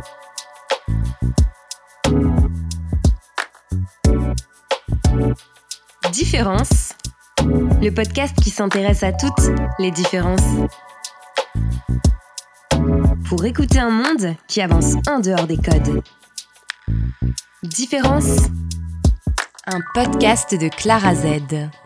Différence, le podcast qui s'intéresse à toutes les différences. Pour écouter un monde qui avance en dehors des codes. Différence, un podcast de Clara Z.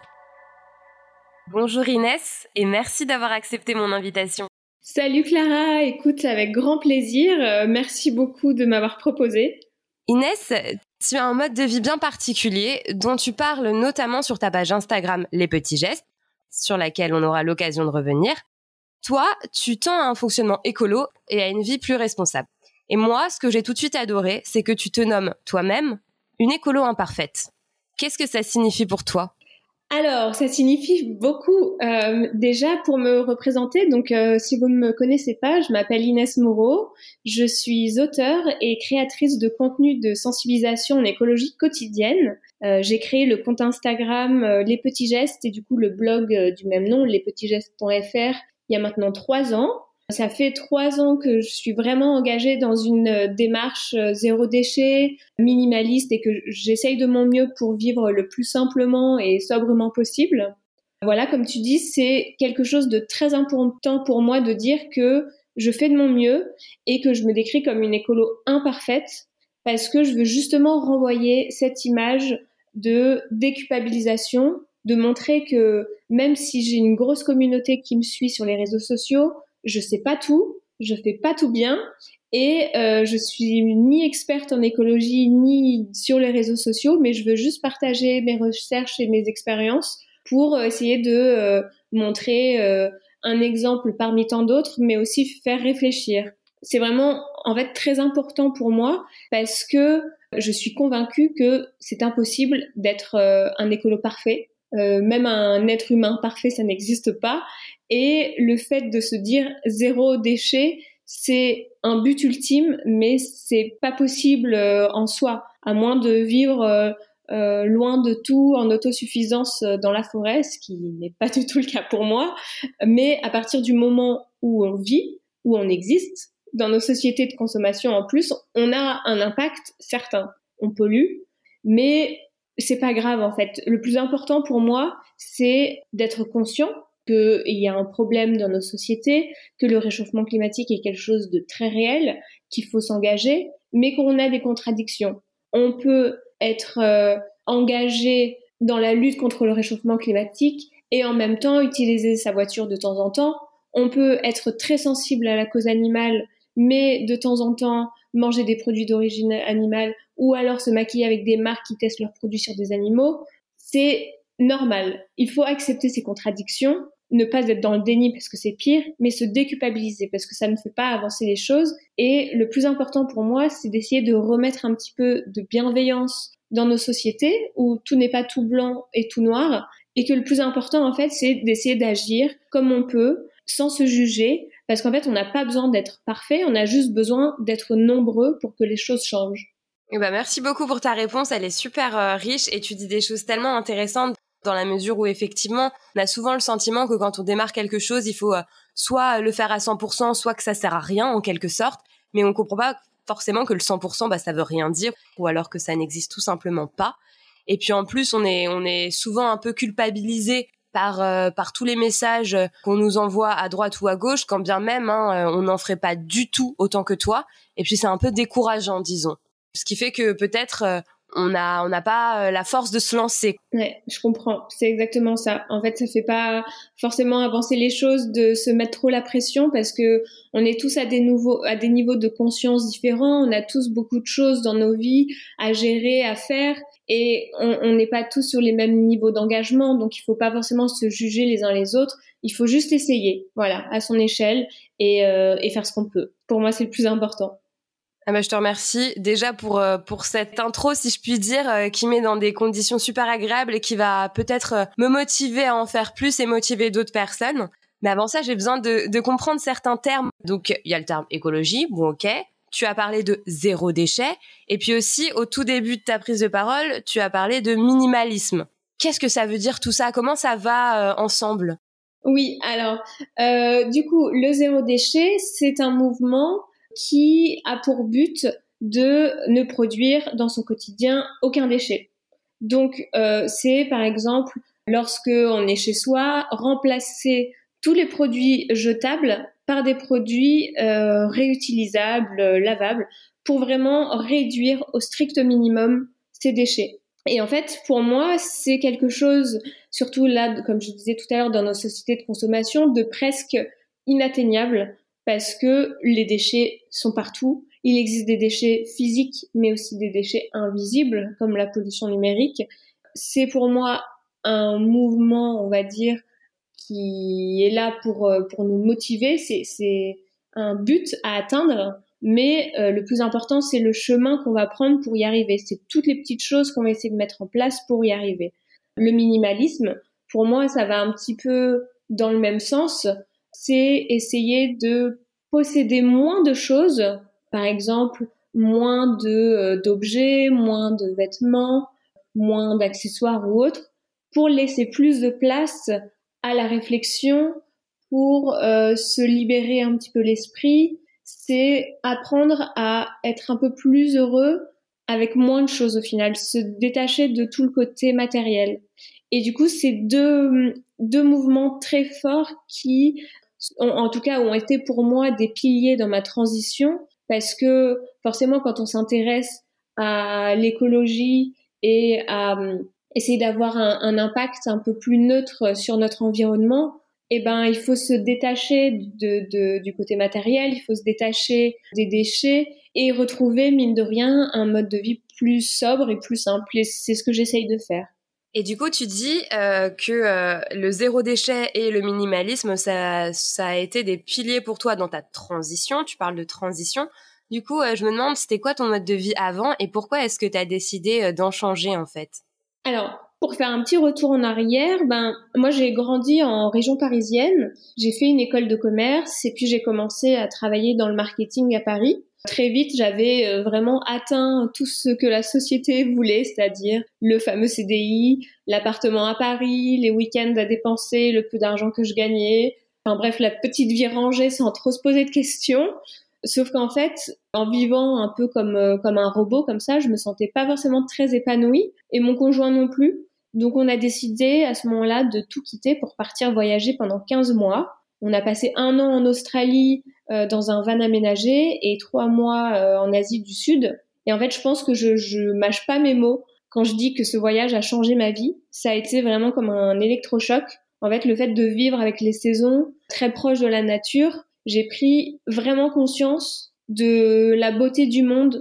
Bonjour Inès et merci d'avoir accepté mon invitation. Salut Clara, écoute, avec grand plaisir. Merci beaucoup de m'avoir proposé. Inès, tu as un mode de vie bien particulier dont tu parles notamment sur ta page Instagram Les Petits Gestes, sur laquelle on aura l'occasion de revenir. Toi, tu tends à un fonctionnement écolo et à une vie plus responsable. Et moi, ce que j'ai tout de suite adoré, c'est que tu te nommes toi-même une écolo imparfaite. Qu'est-ce que ça signifie pour toi ? Alors, ça signifie beaucoup. Déjà, pour me représenter, donc si vous ne me connaissez pas, je m'appelle Inès Moreau. Je suis auteure et créatrice de contenu de sensibilisation en écologie quotidienne. J'ai créé le compte Instagram Les Petits Gestes et du coup le blog du même nom, lespetitsgestes.fr, il y a maintenant 3 ans. Ça fait 3 ans que je suis vraiment engagée dans une démarche zéro déchet, minimaliste et que j'essaye de mon mieux pour vivre le plus simplement et sobrement possible. Voilà, comme tu dis, c'est quelque chose de très important pour moi de dire que je fais de mon mieux et que je me décris comme une écolo imparfaite parce que je veux justement renvoyer cette image de déculpabilisation, de montrer que même si j'ai une grosse communauté qui me suit sur les réseaux sociaux, je sais pas tout, je fais pas tout bien et je suis ni experte en écologie ni sur les réseaux sociaux, mais je veux juste partager mes recherches et mes expériences pour essayer de montrer un exemple parmi tant d'autres, mais aussi faire réfléchir. C'est vraiment en fait très important pour moi parce que je suis convaincue que c'est impossible d'être un écolo parfait. Même un être humain parfait, ça n'existe pas. Et le fait de se dire zéro déchet, c'est un but ultime, mais c'est pas possible en soi, à moins de vivre loin de tout, en autosuffisance dans la forêt, ce qui n'est pas du tout le cas pour moi. Mais à partir du moment où on vit, où on existe, dans nos sociétés de consommation en plus, on a un impact certain. On pollue, mais c'est pas grave en fait. Le plus important pour moi, c'est d'être conscient qu'il y a un problème dans nos sociétés, que le réchauffement climatique est quelque chose de très réel, qu'il faut s'engager, mais qu'on a des contradictions. On peut être engagé dans la lutte contre le réchauffement climatique et en même temps utiliser sa voiture de temps en temps. On peut être très sensible à la cause animale, mais de temps en temps manger des produits d'origine animale ou alors se maquiller avec des marques qui testent leurs produits sur des animaux. C'est normal. Il faut accepter ces contradictions, ne pas être dans le déni parce que c'est pire, mais se déculpabiliser parce que ça ne fait pas avancer les choses. Et le plus important pour moi, c'est d'essayer de remettre un petit peu de bienveillance dans nos sociétés où tout n'est pas tout blanc et tout noir et que le plus important en fait, c'est d'essayer d'agir comme on peut sans se juger parce qu'en fait, on n'a pas besoin d'être parfait, on a juste besoin d'être nombreux pour que les choses changent. Eh ben, merci beaucoup pour ta réponse, elle est super riche et tu dis des choses tellement intéressantes dans la mesure où effectivement, on a souvent le sentiment que quand on démarre quelque chose, il faut soit le faire à 100%, soit que ça sert à rien en quelque sorte, mais on comprend pas forcément que le 100%, ça veut rien dire ou alors que ça n'existe tout simplement pas. Et puis en plus, on est souvent un peu culpabilisé par tous les messages qu'on nous envoie à droite ou à gauche, quand bien même on n'en ferait pas du tout autant que toi. Et puis c'est un peu décourageant, disons. Ce qui fait que peut-être on n'a pas la force de se lancer. Ouais, je comprends. C'est exactement ça. En fait, ça fait pas forcément avancer les choses de se mettre trop la pression parce que on est tous à des niveaux de conscience différents. On a tous beaucoup de choses dans nos vies à gérer, à faire. Et on n'est pas tous sur les mêmes niveaux d'engagement. Donc, il faut pas forcément se juger les uns les autres. Il faut juste essayer, voilà, à son échelle et faire ce qu'on peut. Pour moi, c'est le plus important. Ah bah, je te remercie déjà pour cette intro, si je puis dire, qui met dans des conditions super agréables et qui va peut-être me motiver à en faire plus et motiver d'autres personnes. Mais avant ça, j'ai besoin de comprendre certains termes. Donc, il y a le terme écologie, bon ok. Tu as parlé de zéro déchet. Et puis aussi, au tout début de ta prise de parole, tu as parlé de minimalisme. Qu'est-ce que ça veut dire tout ça ? Comment ça va ensemble ? Oui, alors, du coup, le zéro déchet, c'est un mouvement qui a pour but de ne produire dans son quotidien aucun déchet. Donc, c'est par exemple, lorsque on est chez soi, remplacer tous les produits jetables par des produits réutilisables, lavables, pour vraiment réduire au strict minimum ces déchets. Et en fait, pour moi, c'est quelque chose, surtout là, comme je disais tout à l'heure, dans nos sociétés de consommation, de presque inatteignable, parce que les déchets sont partout. Il existe des déchets physiques, mais aussi des déchets invisibles, comme la pollution numérique. C'est pour moi un mouvement, on va dire, qui est là pour nous motiver. C'est un but à atteindre, mais le plus important, c'est le chemin qu'on va prendre pour y arriver. C'est toutes les petites choses qu'on va essayer de mettre en place pour y arriver. Le minimalisme, pour moi, ça va un petit peu dans le même sens. C'est essayer de posséder moins de choses, par exemple, moins d'objets, moins de vêtements, moins d'accessoires ou autres, pour laisser plus de place à la réflexion, pour se libérer un petit peu l'esprit. C'est apprendre à être un peu plus heureux avec moins de choses au final, se détacher de tout le côté matériel. Et du coup, c'est deux mouvements très forts qui, en tout cas, ont été pour moi des piliers dans ma transition, parce que forcément, quand on s'intéresse à l'écologie et à essayer d'avoir un impact un peu plus neutre sur notre environnement, eh ben, il faut se détacher du côté matériel, il faut se détacher des déchets et retrouver, mine de rien, un mode de vie plus sobre et plus simple. Et c'est ce que j'essaye de faire. Et du coup, tu dis que le zéro déchet et le minimalisme, ça a été des piliers pour toi dans ta transition. Tu parles de transition. Du coup, je me demande, c'était quoi ton mode de vie avant et pourquoi est-ce que tu as décidé d'en changer en fait? Alors, pour faire un petit retour en arrière, moi j'ai grandi en région parisienne. J'ai fait une école de commerce et puis j'ai commencé à travailler dans le marketing à Paris. Très vite, j'avais vraiment atteint tout ce que la société voulait, c'est-à-dire le fameux CDI, l'appartement à Paris, les week-ends à dépenser, le peu d'argent que je gagnais. Enfin bref, la petite vie rangée sans trop se poser de questions. Sauf qu'en fait, en vivant un peu comme un robot comme ça, je me sentais pas forcément très épanouie et mon conjoint non plus. Donc on a décidé à ce moment-là de tout quitter pour partir voyager pendant 15 mois. On a passé 1 an en Australie dans un van aménagé et 3 mois en Asie du Sud. Et en fait, je pense que je mâche pas mes mots quand je dis que ce voyage a changé ma vie. Ça a été vraiment comme un électrochoc. En fait, le fait de vivre avec les saisons, très proche de la nature, j'ai pris vraiment conscience de la beauté du monde,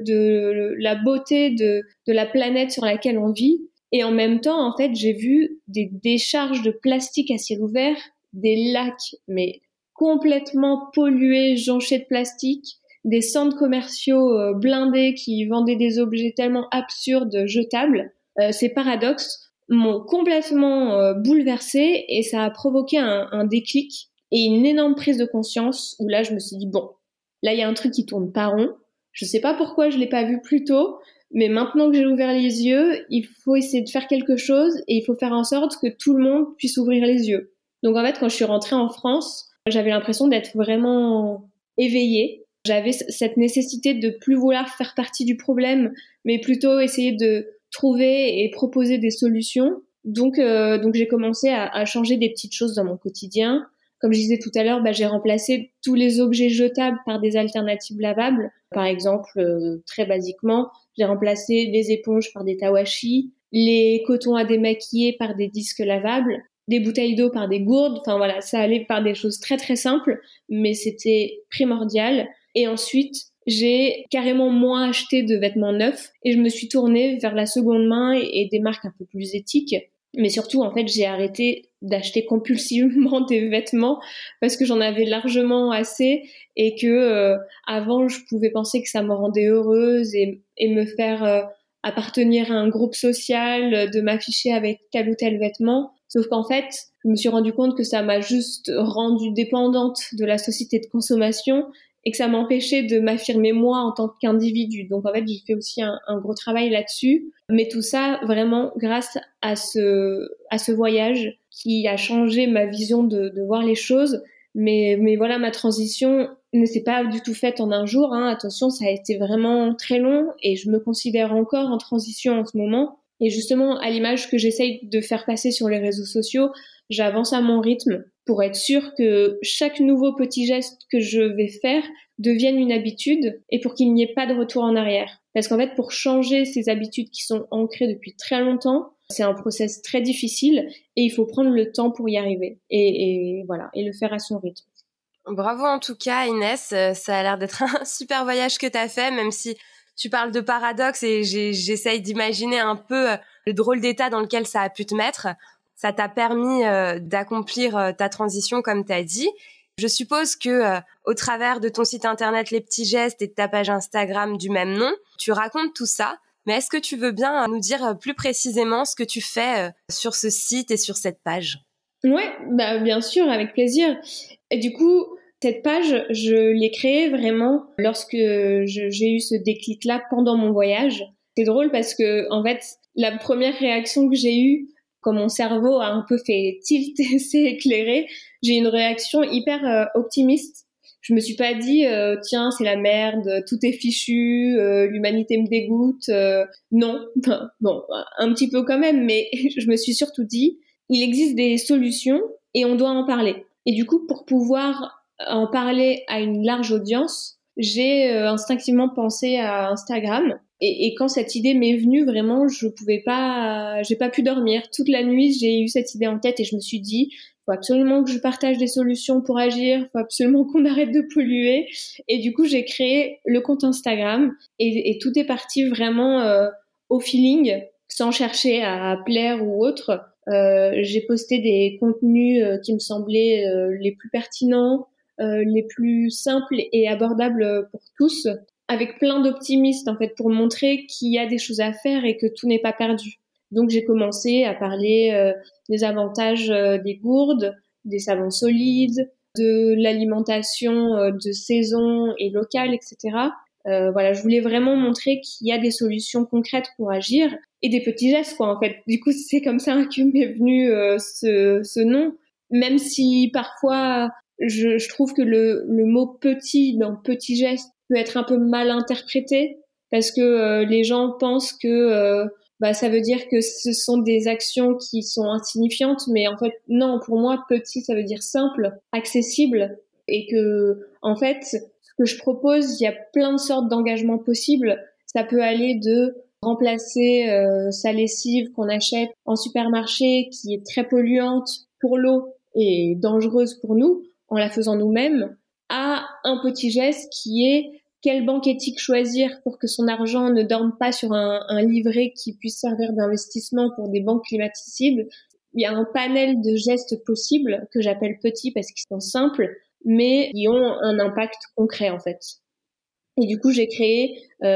de la beauté de la planète sur laquelle on vit. Et en même temps, en fait, j'ai vu des décharges de plastique à ciel ouvert, des lacs, mais complètement pollués, jonchés de plastique, des centres commerciaux blindés qui vendaient des objets tellement absurdes, jetables. Ces paradoxes m'ont complètement bouleversée et ça a provoqué un déclic et une énorme prise de conscience où là, je me suis dit, bon, là, il y a un truc qui tourne pas rond. Je sais pas pourquoi je l'ai pas vu plus tôt, mais maintenant que j'ai ouvert les yeux, il faut essayer de faire quelque chose et il faut faire en sorte que tout le monde puisse ouvrir les yeux. Donc en fait, quand je suis rentrée en France, j'avais l'impression d'être vraiment éveillée. J'avais cette nécessité de plus vouloir faire partie du problème, mais plutôt essayer de trouver et proposer des solutions. Donc j'ai commencé à changer des petites choses dans mon quotidien. Comme je disais tout à l'heure, j'ai remplacé tous les objets jetables par des alternatives lavables. Par exemple, très basiquement, j'ai remplacé les éponges par des tawashi, les cotons à démaquiller par des disques lavables, des bouteilles d'eau par des gourdes. Enfin voilà, ça allait par des choses très très simples, mais c'était primordial. Et ensuite, j'ai carrément moins acheté de vêtements neufs et je me suis tournée vers la seconde main et des marques un peu plus éthiques. Mais surtout, en fait, j'ai arrêté d'acheter compulsivement des vêtements parce que j'en avais largement assez et que avant, je pouvais penser que ça me rendait heureuse et me faire appartenir à un groupe social, de m'afficher avec tel ou tel vêtement. Sauf qu'en fait, je me suis rendu compte que ça m'a juste rendue dépendante de la société de consommation et que ça m'empêchait de m'affirmer moi en tant qu'individu. Donc en fait, j'ai fait aussi un gros travail là-dessus. Mais tout ça, vraiment, grâce à ce voyage qui a changé ma vision de voir les choses. Mais voilà, ma transition, ne s'est pas du tout faite en un jour, hein. Attention, ça a été vraiment très long et je me considère encore en transition en ce moment. Et justement, à l'image que j'essaye de faire passer sur les réseaux sociaux, j'avance à mon rythme pour être sûre que chaque nouveau petit geste que je vais faire devienne une habitude et pour qu'il n'y ait pas de retour en arrière. Parce qu'en fait, pour changer ces habitudes qui sont ancrées depuis très longtemps, c'est un process très difficile et il faut prendre le temps pour y arriver. Et voilà, et le faire à son rythme. Bravo en tout cas, Inès. Ça a l'air d'être un super voyage que tu as fait, même si tu parles de paradoxe et j'essaye d'imaginer un peu le drôle d'état dans lequel ça a pu te mettre. Ça t'a permis d'accomplir ta transition comme tu as dit. Je suppose que au travers de ton site internet Les Petits Gestes et de ta page Instagram du même nom, tu racontes tout ça. Mais est-ce que tu veux bien nous dire plus précisément ce que tu fais sur ce site et sur cette page ? Ouais, bah bien sûr, avec plaisir. Et du coup, cette page, je l'ai créée vraiment lorsque j'ai eu ce déclic-là pendant mon voyage. C'est drôle parce que, en fait, la première réaction que j'ai eue, quand mon cerveau a un peu fait tilt et s'est éclairé, j'ai eu une réaction hyper optimiste. Je me suis pas dit tiens, c'est la merde, tout est fichu, l'humanité me dégoûte. Non, bon, un petit peu quand même, mais je me suis surtout dit il existe des solutions et on doit en parler. Et du coup, pour pouvoir en parler à une large audience, j'ai instinctivement pensé à Instagram. Et quand cette idée m'est venue, vraiment, j'ai pas pu dormir. Toute la nuit, j'ai eu cette idée en tête et je me suis dit, faut absolument que je partage des solutions pour agir, faut absolument qu'on arrête de polluer. Et du coup, j'ai créé le compte Instagram et tout est parti vraiment au feeling, sans chercher à plaire ou autre. J'ai posté des contenus qui me semblaient les plus pertinents, les plus simples et abordables pour tous, avec plein d'optimistes en fait pour montrer qu'il y a des choses à faire et que tout n'est pas perdu. Donc j'ai commencé à parler des avantages des gourdes, des savons solides, de l'alimentation de saison et locale, etc. Voilà, je voulais vraiment montrer qu'il y a des solutions concrètes pour agir et des petits gestes quoi en fait. Du coup, c'est comme ça que m'est venu ce nom, même si parfois je trouve que le mot petit dans petit geste peut être un peu mal interprété parce que les gens pensent que ça veut dire que ce sont des actions qui sont insignifiantes, mais en fait non, pour moi petit ça veut dire simple, accessible et que en fait ce que je propose, il y a plein de sortes d'engagements possibles. Ça peut aller de remplacer sa lessive qu'on achète en supermarché qui est très polluante pour l'eau et dangereuse pour nous en la faisant nous-mêmes à un petit geste qui est quelle banque éthique choisir pour que son argent ne dorme pas sur un livret qui puisse servir d'investissement pour des banques climaticides. Il y a un panel de gestes possibles que j'appelle petits parce qu'ils sont simples, mais qui ont un impact concret en fait. Et du coup, j'ai créé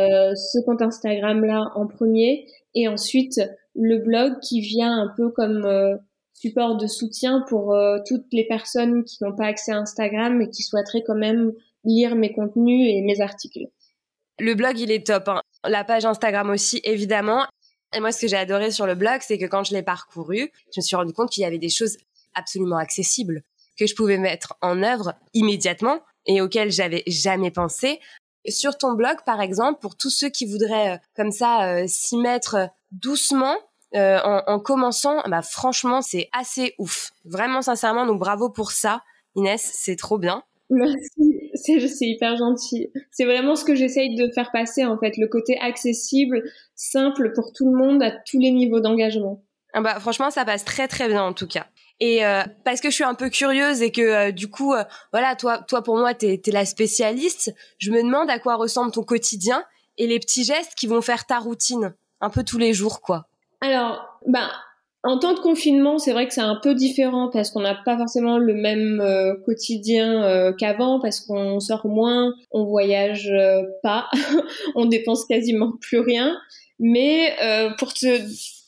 ce compte Instagram-là en premier et ensuite le blog qui vient un peu comme support de soutien pour toutes les personnes qui n'ont pas accès à Instagram et qui souhaiteraient quand même lire mes contenus et mes articles. Le blog, il est top, hein. La page Instagram aussi, évidemment. Et moi, ce que j'ai adoré sur le blog, c'est que quand je l'ai parcouru, je me suis rendu compte qu'il y avait des choses absolument accessibles que je pouvais mettre en œuvre immédiatement et auxquelles j'avais jamais pensé. Sur ton blog, par exemple, pour tous ceux qui voudraient comme ça s'y mettre doucement, en commençant, franchement, c'est assez ouf. Vraiment, sincèrement, donc bravo pour ça, Inès, c'est trop bien. Merci, c'est hyper gentil. C'est vraiment ce que j'essaye de faire passer, en fait, le côté accessible, simple pour tout le monde, à tous les niveaux d'engagement. Franchement, ça passe très très bien en tout cas. Et parce que je suis un peu curieuse et que du coup, voilà, toi pour moi, t'es la spécialiste. Je me demande à quoi ressemble ton quotidien et les petits gestes qui vont faire ta routine, un peu tous les jours, quoi. Alors, en temps de confinement, c'est vrai que c'est un peu différent parce qu'on n'a pas forcément le même quotidien qu'avant parce qu'on sort moins, on voyage pas, on dépense quasiment plus rien. Mais pour te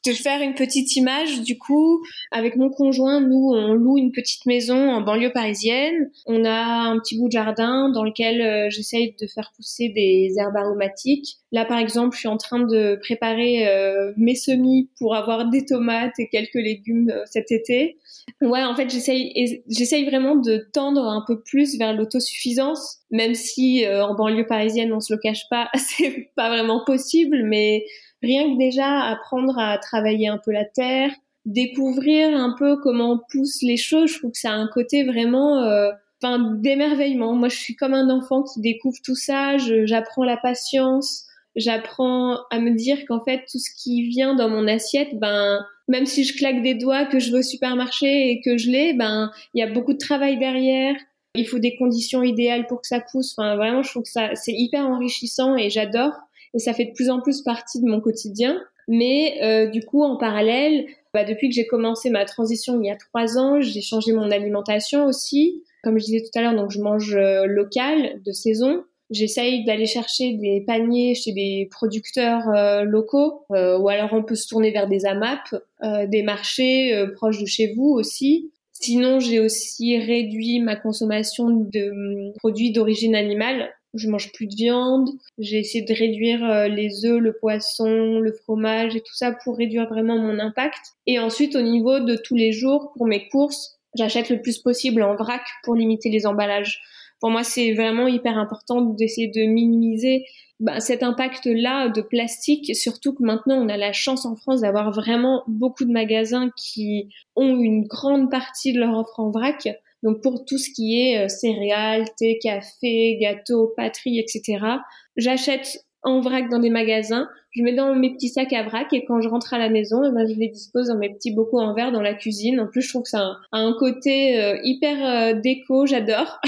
te faire une petite image, du coup, avec mon conjoint, nous, on loue une petite maison en banlieue parisienne. On a un petit bout de jardin dans lequel j'essaye de faire pousser des herbes aromatiques. Là, par exemple, je suis en train de préparer mes semis pour avoir des tomates et quelques légumes cet été. Ouais, en fait, j'essaye vraiment de tendre un peu plus vers l'autosuffisance, même si en banlieue parisienne, on se le cache pas, c'est pas vraiment possible, mais rien que déjà apprendre à travailler un peu la terre, découvrir un peu comment poussent les choses, je trouve que ça a un côté vraiment d'émerveillement. Moi, je suis comme un enfant qui découvre tout ça, j'apprends la patience, j'apprends à me dire qu'en fait, tout ce qui vient dans mon assiette, même si je claque des doigts, que je vais au supermarché et que je l'ai, il y a beaucoup de travail derrière. Il faut des conditions idéales pour que ça pousse. Enfin, vraiment, je trouve que ça, c'est hyper enrichissant et j'adore. Et ça fait de plus en plus partie de mon quotidien. Mais du coup, en parallèle, depuis que j'ai commencé ma transition il y a 3 ans, j'ai changé mon alimentation aussi. Comme je disais tout à l'heure, donc je mange local, de saison. J'essaye d'aller chercher des paniers chez des producteurs locaux, ou alors on peut se tourner vers des AMAP, des marchés proches de chez vous aussi. Sinon, j'ai aussi réduit ma consommation de produits d'origine animale. Je mange plus de viande. J'ai essayé de réduire les œufs, le poisson, le fromage et tout ça pour réduire vraiment mon impact. Et ensuite, au niveau de tous les jours, pour mes courses, j'achète le plus possible en vrac pour limiter les emballages. Pour moi, c'est vraiment hyper important d'essayer de minimiser cet impact-là de plastique, surtout que maintenant, on a la chance en France d'avoir vraiment beaucoup de magasins qui ont une grande partie de leur offre en vrac. Donc, pour tout ce qui est céréales, thé, café, gâteaux, pâteries, etc., j'achète en vrac dans des magasins, je mets dans mes petits sacs à vrac et quand je rentre à la maison, je les dispose dans mes petits bocaux en verre dans la cuisine. En plus, je trouve que ça a un côté hyper déco, j'adore.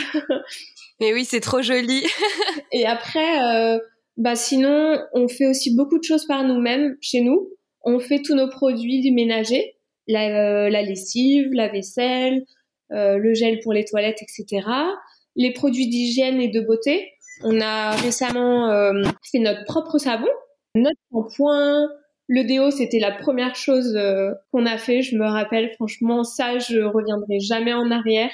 Mais oui, c'est trop joli. Et après, sinon, on fait aussi beaucoup de choses par nous-mêmes chez nous. On fait tous nos produits ménagers, la lessive, la vaisselle, le gel pour les toilettes, etc. Les produits d'hygiène et de beauté. On a récemment fait notre propre savon, notre shampoing. Le déo, c'était la première chose qu'on a fait. Je me rappelle, franchement, ça, je reviendrai jamais en arrière.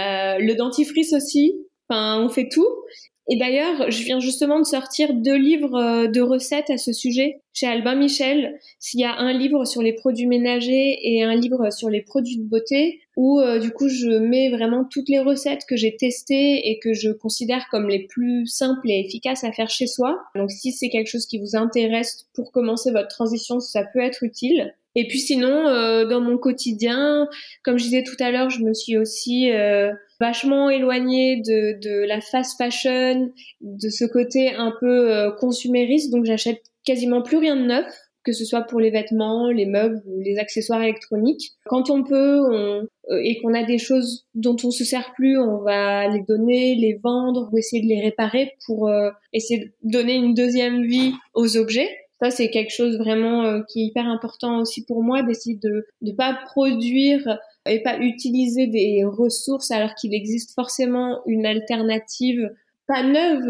Le dentifrice aussi. Enfin, on fait tout. Et d'ailleurs, je viens justement de sortir 2 livres de recettes à ce sujet chez Albin Michel. S'il y a un livre sur les produits ménagers et un livre sur les produits de beauté, où du coup je mets vraiment toutes les recettes que j'ai testées et que je considère comme les plus simples et efficaces à faire chez soi. Donc si c'est quelque chose qui vous intéresse pour commencer votre transition, ça peut être utile. Et puis sinon, dans mon quotidien, comme je disais tout à l'heure, je me suis aussi vachement éloignée de la fast fashion, de ce côté un peu consumériste, donc j'achète quasiment plus rien de neuf, que ce soit pour les vêtements, les meubles ou les accessoires électroniques. Quand on peut et qu'on a des choses dont on se sert plus, on va les donner, les vendre ou essayer de les réparer pour essayer de donner une deuxième vie aux objets. Ça, c'est quelque chose vraiment qui est hyper important aussi pour moi, d'essayer de pas produire et pas utiliser des ressources alors qu'il existe forcément une alternative, pas neuve,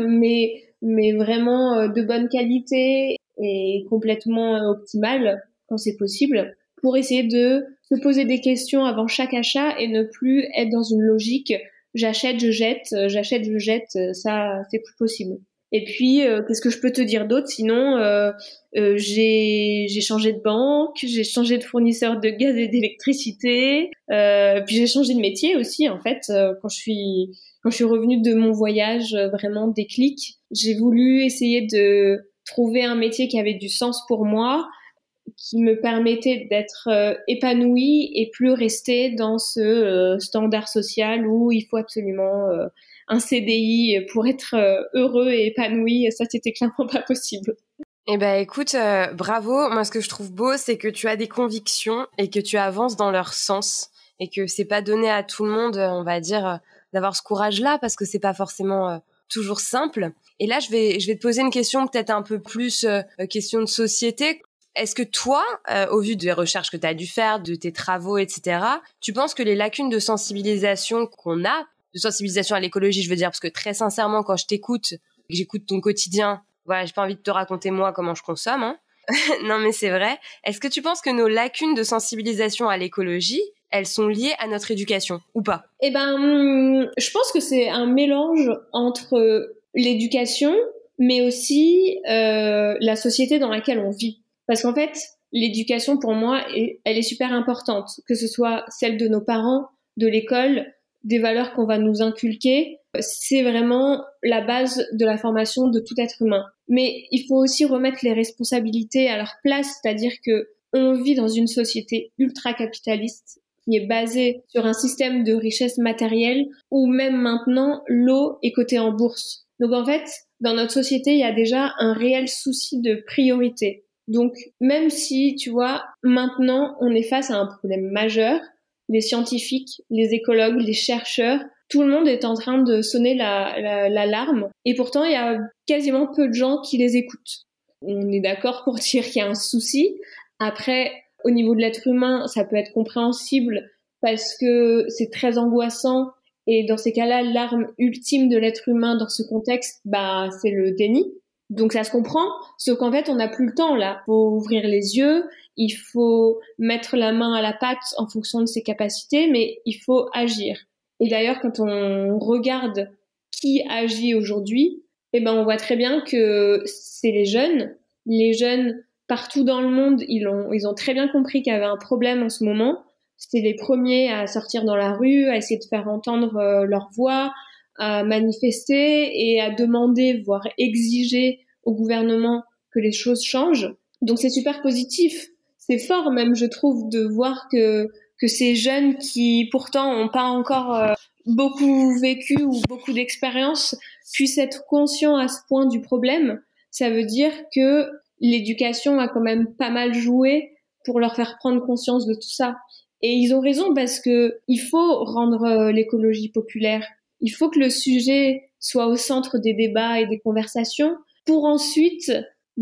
mais vraiment de bonne qualité et complètement optimale quand c'est possible, pour essayer de se poser des questions avant chaque achat et ne plus être dans une logique j'achète, je jette, ça c'est plus possible. Et puis, qu'est-ce que je peux te dire d'autre? Sinon, j'ai changé de banque, j'ai changé de fournisseur de gaz et d'électricité, puis j'ai changé de métier aussi. En fait, quand je suis revenue de mon voyage, vraiment déclic, j'ai voulu essayer de trouver un métier qui avait du sens pour moi, qui me permettait d'être épanouie et plus rester dans ce standard social où il faut absolument un CDI pour être heureux et épanoui. Ça, c'était clairement pas possible. Eh ben écoute, bravo. Moi, ce que je trouve beau, c'est que tu as des convictions et que tu avances dans leur sens et que c'est pas donné à tout le monde, on va dire, d'avoir ce courage-là parce que c'est pas forcément toujours simple. Et là, je vais te poser une question peut-être un peu plus question de société. Est-ce que toi, au vu des recherches que tu as dû faire, de tes travaux, etc., tu penses que les lacunes de sensibilisation qu'on a, de sensibilisation à l'écologie, je veux dire, parce que très sincèrement, quand je t'écoute, que j'écoute ton quotidien, voilà, j'ai pas envie de te raconter moi comment je consomme, hein. Non, mais c'est vrai. Est-ce que tu penses que nos lacunes de sensibilisation à l'écologie, elles sont liées à notre éducation ou pas? Je pense que c'est un mélange entre l'éducation, mais aussi la société dans laquelle on vit. Parce qu'en fait, l'éducation, pour moi, elle est super importante, que ce soit celle de nos parents, de l'école, des valeurs qu'on va nous inculquer. C'est vraiment la base de la formation de tout être humain. Mais il faut aussi remettre les responsabilités à leur place, c'est-à-dire que on vit dans une société ultra capitaliste qui est basée sur un système de richesse matérielle où même maintenant l'eau est cotée en bourse. Donc en fait, dans notre société, il y a déjà un réel souci de priorité. Donc même si, tu vois, maintenant on est face à un problème majeur, les scientifiques, les écologues, les chercheurs, tout le monde est en train de sonner l'alarme. Et pourtant, il y a quasiment peu de gens qui les écoutent. On est d'accord pour dire qu'il y a un souci. Après, au niveau de l'être humain, ça peut être compréhensible parce que c'est très angoissant. Et dans ces cas-là, l'arme ultime de l'être humain dans ce contexte, c'est le déni. Donc ça se comprend, sauf qu'en fait, on n'a plus le temps là. Il faut ouvrir les yeux, il faut mettre la main à la pâte en fonction de ses capacités, mais il faut agir. Et d'ailleurs, quand on regarde qui agit aujourd'hui, on voit très bien que c'est les jeunes. Les jeunes, partout dans le monde, ils ont très bien compris qu'il y avait un problème en ce moment. C'était les premiers à sortir dans la rue, à essayer de faire entendre leur voix, à manifester et à demander, voire exiger au gouvernement que les choses changent. Donc c'est super positif. C'est fort même, je trouve, de voir que ces jeunes qui pourtant n'ont pas encore beaucoup vécu ou beaucoup d'expérience puissent être conscients à ce point du problème. Ça veut dire que l'éducation a quand même pas mal joué pour leur faire prendre conscience de tout ça. Et ils ont raison parce que il faut rendre l'écologie populaire. Il faut que le sujet soit au centre des débats et des conversations pour ensuite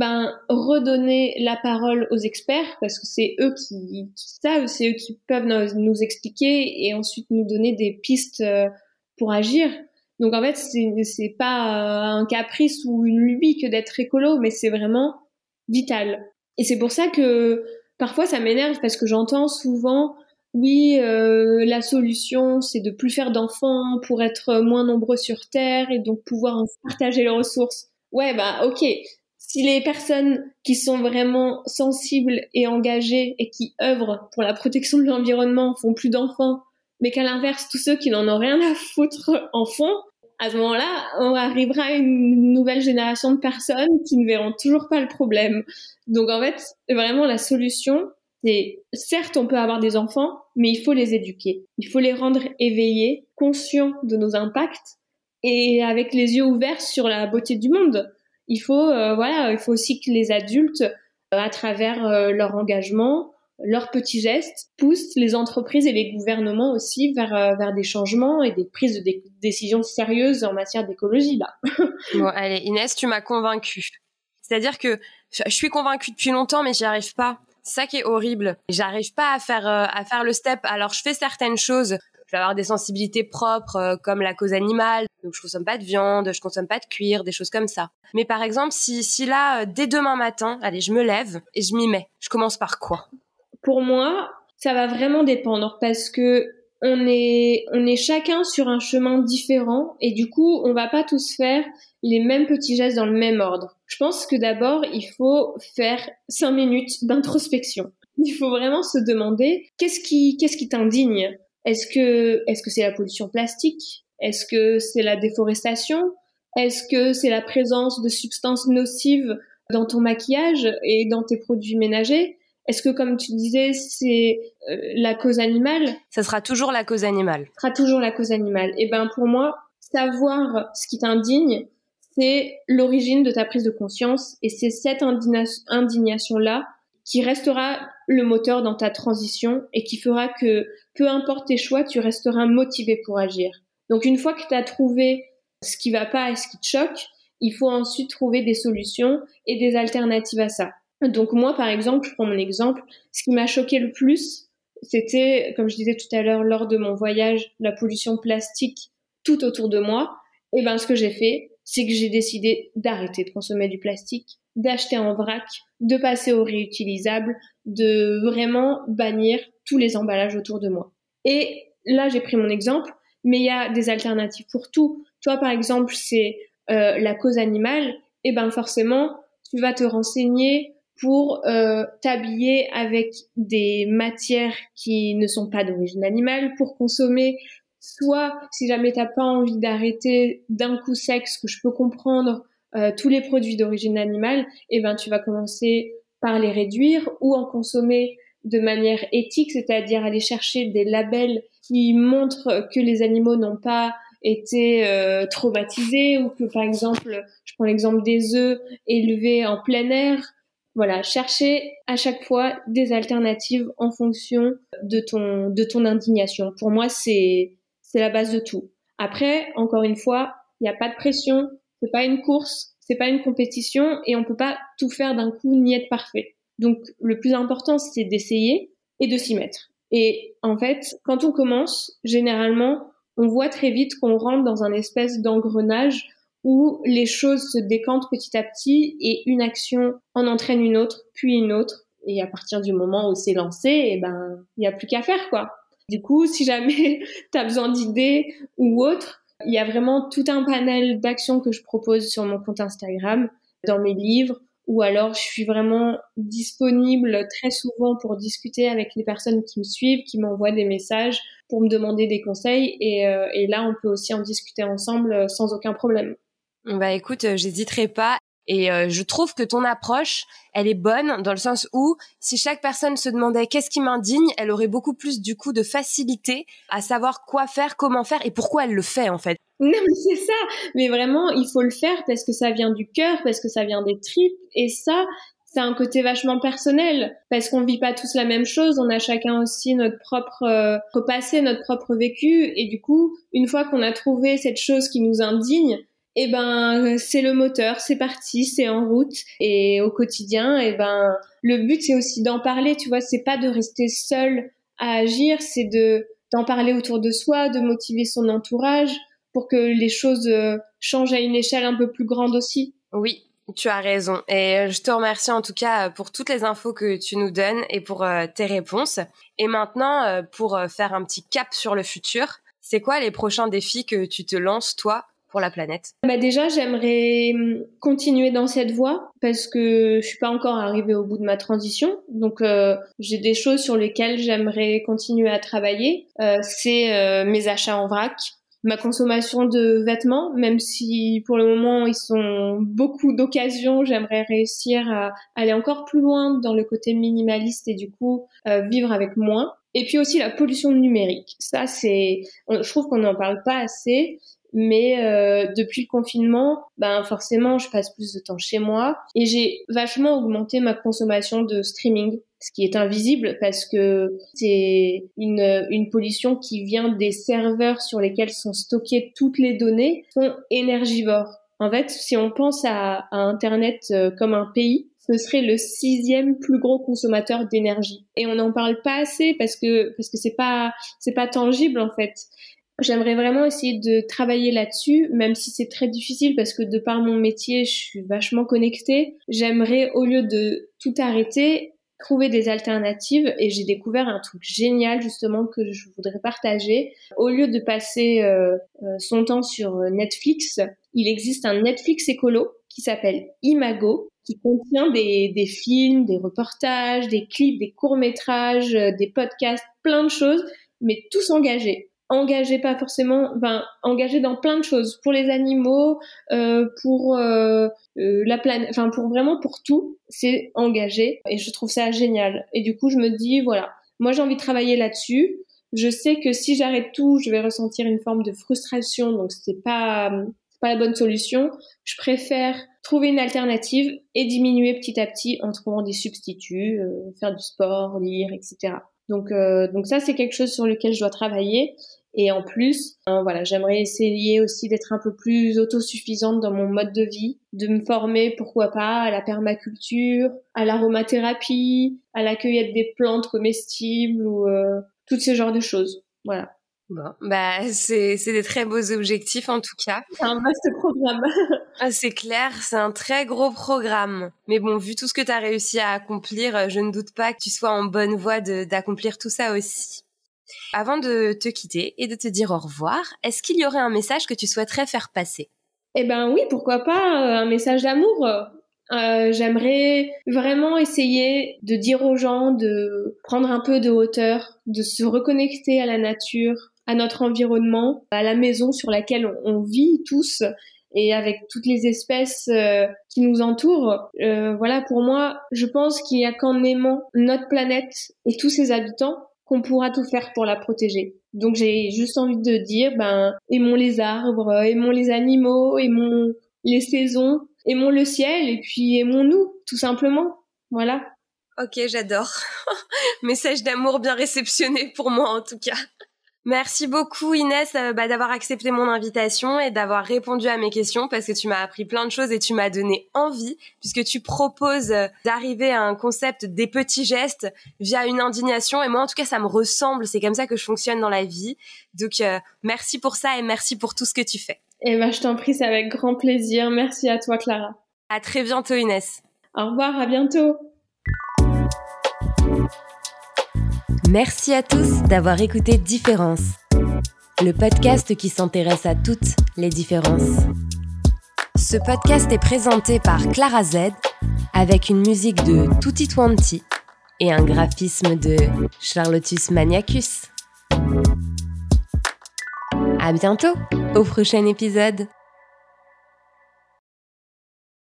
redonner la parole aux experts parce que c'est eux qui savent, c'est eux qui peuvent nous expliquer et ensuite nous donner des pistes pour agir. Donc en fait, c'est pas un caprice ou une lubie que d'être écolo, mais c'est vraiment vital. Et c'est pour ça que parfois ça m'énerve parce que j'entends souvent oui, la solution, c'est de plus faire d'enfants pour être moins nombreux sur Terre et donc pouvoir partager les ressources. Ouais, ok. Si les personnes qui sont vraiment sensibles et engagées et qui œuvrent pour la protection de l'environnement font plus d'enfants, mais qu'à l'inverse, tous ceux qui n'en ont rien à foutre en font, à ce moment-là, on arrivera à une nouvelle génération de personnes qui ne verront toujours pas le problème. Donc en fait, vraiment la solution, c'est certes on peut avoir des enfants, mais il faut les éduquer. Il faut les rendre éveillés, conscients de nos impacts et avec les yeux ouverts sur la beauté du monde. Il faut aussi que les adultes, à travers leur engagement, leurs petits gestes, poussent les entreprises et les gouvernements aussi vers des changements et des prises de décisions sérieuses en matière d'écologie là. Bon, allez, Inès, tu m'as convaincue. C'est-à-dire que je suis convaincue depuis longtemps, mais j'y arrive pas. C'est ça qui est horrible. J'arrive pas à faire le step. Alors, je fais certaines choses. Je vais avoir des sensibilités propres, comme la cause animale. Donc, je consomme pas de viande, je consomme pas de cuir, des choses comme ça. Mais par exemple, si là, dès demain matin, allez, je me lève et je m'y mets. Je commence par quoi? Pour moi, ça va vraiment dépendre parce que on est chacun sur un chemin différent et du coup, on va pas tous faire les mêmes petits gestes dans le même ordre. Je pense que d'abord, il faut faire 5 minutes d'introspection. Il faut vraiment se demander qu'est-ce qui t'indigne? Est-ce que c'est la pollution plastique? Est-ce que c'est la déforestation? Est-ce que c'est la présence de substances nocives dans ton maquillage et dans tes produits ménagers? Est-ce que, comme tu disais, c'est la cause animale? Ça sera toujours la cause animale. Ça sera toujours la cause animale. Et pour moi, savoir ce qui t'indigne, c'est l'origine de ta prise de conscience et c'est cette indignation-là qui restera le moteur dans ta transition et qui fera que, peu importe tes choix, tu resteras motivé pour agir. Donc, une fois que tu as trouvé ce qui va pas et ce qui te choque, il faut ensuite trouver des solutions et des alternatives à ça. Donc moi, par exemple, je prends mon exemple, ce qui m'a choqué le plus, c'était, comme je disais tout à l'heure, lors de mon voyage, la pollution plastique tout autour de moi. Et ce que j'ai fait, c'est que j'ai décidé d'arrêter de consommer du plastique, d'acheter en vrac, de passer au réutilisable, de vraiment bannir tous les emballages autour de moi. Et là, j'ai pris mon exemple, mais il y a des alternatives pour tout. Toi, par exemple, c'est la cause animale, et ben forcément, tu vas te renseigner pour t'habiller avec des matières qui ne sont pas d'origine animale, pour consommer, soit si jamais t'as pas envie d'arrêter d'un coup sec, ce que je peux comprendre, tous les produits d'origine animale, et ben tu vas commencer par les réduire ou en consommer de manière éthique, c'est-à-dire aller chercher des labels qui montrent que les animaux n'ont pas été traumatisés, ou que par exemple, je prends l'exemple des œufs élevés en plein air. Voilà, chercher à chaque fois des alternatives en fonction de ton indignation. Pour moi, c'est la base de tout. Après, encore une fois, il n'y a pas de pression, c'est pas une course, c'est pas une compétition, et on peut pas tout faire d'un coup ni être parfait. Donc, le plus important, c'est d'essayer et de s'y mettre. Et en fait, quand on commence, généralement, on voit très vite qu'on rentre dans un espèce d'engrenage où les choses se décantent petit à petit et une action en entraîne une autre, puis une autre. Et à partir du moment où c'est lancé, eh ben, il n'y a plus qu'à faire, quoi. Du coup, si jamais tu as besoin d'idées ou autre, il y a vraiment tout un panel d'actions que je propose sur mon compte Instagram, dans mes livres, ou alors je suis vraiment disponible très souvent pour discuter avec les personnes qui me suivent, qui m'envoient des messages pour me demander des conseils, et là on peut aussi en discuter ensemble sans aucun problème. Bah écoute, j'hésiterai pas. Et je trouve que ton approche, elle est bonne dans le sens où si chaque personne se demandait qu'est-ce qui m'indigne, elle aurait beaucoup plus du coup de facilité à savoir quoi faire, comment faire et pourquoi elle le fait en fait. Non, mais c'est ça. Mais vraiment, il faut le faire parce que ça vient du cœur, parce que ça vient des tripes. Et ça, c'est un côté vachement personnel, parce qu'on vit pas tous la même chose. On a chacun aussi notre propre passé, notre propre vécu. Et du coup, une fois qu'on a trouvé cette chose qui nous indigne, eh ben, c'est le moteur, c'est parti, c'est en route. Et au quotidien, eh ben, le but, c'est aussi d'en parler, tu vois. C'est pas de rester seul à agir, c'est d'en parler autour de soi, de motiver son entourage, pour que les choses changent à une échelle un peu plus grande aussi. Oui, tu as raison. Et je te remercie en tout cas pour toutes les infos que tu nous donnes et pour tes réponses. Et maintenant, pour faire un petit cap sur le futur, c'est quoi les prochains défis que tu te lances, toi, pour la planète? Bah déjà, j'aimerais continuer dans cette voie parce que je suis pas encore arrivée au bout de ma transition. Donc, j'ai des choses sur lesquelles j'aimerais continuer à travailler. C'est mes achats en vrac, ma consommation de vêtements, même si pour le moment ils sont beaucoup d'occasions, j'aimerais réussir à aller encore plus loin dans le côté minimaliste et du coup vivre avec moins. Et puis aussi la pollution numérique. Ça, je trouve qu'on n'en parle pas assez. Mais depuis le confinement, ben forcément, je passe plus de temps chez moi et j'ai vachement augmenté ma consommation de streaming, ce qui est invisible parce que c'est une pollution qui vient des serveurs sur lesquels sont stockées toutes les données, sont énergivores. En fait, si on pense à Internet comme un pays, ce serait le 6e plus gros consommateur d'énergie. Et on n'en parle pas assez parce que c'est pas tangible en fait. J'aimerais vraiment essayer de travailler là-dessus, même si c'est très difficile parce que de par mon métier, je suis vachement connectée. J'aimerais, au lieu de tout arrêter, trouver des alternatives, et j'ai découvert un truc génial justement que je voudrais partager. Au lieu de passer son temps sur Netflix, il existe un Netflix écolo qui s'appelle Imago, qui contient des films, des reportages, des clips, des courts-métrages, des podcasts, plein de choses, mais tous engagés pas forcément, engagés dans plein de choses, pour les animaux, pour la planète, enfin pour vraiment pour tout, c'est engagé et je trouve ça génial. Et du coup, je me dis voilà, moi j'ai envie de travailler là-dessus. Je sais que si j'arrête tout, je vais ressentir une forme de frustration, donc c'est pas la bonne solution. Je préfère trouver une alternative et diminuer petit à petit en trouvant des substituts, faire du sport, lire, etc. Donc ça, c'est quelque chose sur lequel je dois travailler. Et en plus, voilà, j'aimerais essayer aussi d'être un peu plus autosuffisante dans mon mode de vie, de me former, pourquoi pas, à la permaculture, à l'aromathérapie, à la cueillette des plantes comestibles ou toutes ces genres de choses. Voilà. Bon, c'est des très beaux objectifs en tout cas. C'est un vaste programme. Ah, c'est clair, c'est un très gros programme. Mais bon, vu tout ce que tu as réussi à accomplir, je ne doute pas que tu sois en bonne voie d'accomplir tout ça aussi. Avant de te quitter et de te dire au revoir, est-ce qu'il y aurait un message que tu souhaiterais faire passer ? Eh ben oui, pourquoi pas un message d'amour. J'aimerais vraiment essayer de dire aux gens de prendre un peu de hauteur, de se reconnecter à la nature, à notre environnement, à la maison sur laquelle on vit tous et avec toutes les espèces qui nous entourent. Voilà, pour moi, je pense qu'il n'y a qu'en aimant notre planète et tous ses habitants qu'on pourra tout faire pour la protéger. Donc j'ai juste envie de dire, aimons les arbres, aimons les animaux, aimons les saisons, aimons le ciel et puis aimons-nous, tout simplement. Voilà. Ok, j'adore. Message d'amour bien réceptionné pour moi en tout cas. Merci beaucoup Inès d'avoir accepté mon invitation et d'avoir répondu à mes questions parce que tu m'as appris plein de choses et tu m'as donné envie puisque tu proposes d'arriver à un concept des petits gestes via une indignation et moi en tout cas ça me ressemble, c'est comme ça que je fonctionne dans la vie. Donc merci pour ça et merci pour tout ce que tu fais. Je t'en prie, c'est avec grand plaisir. Merci à toi Clara. À très bientôt Inès. Au revoir, à bientôt. Merci à tous d'avoir écouté Différence, le podcast qui s'intéresse à toutes les différences. Ce podcast est présenté par Clara Z avec une musique de Tutti Twanti et un graphisme de Charlotus Maniacus. À bientôt au prochain épisode.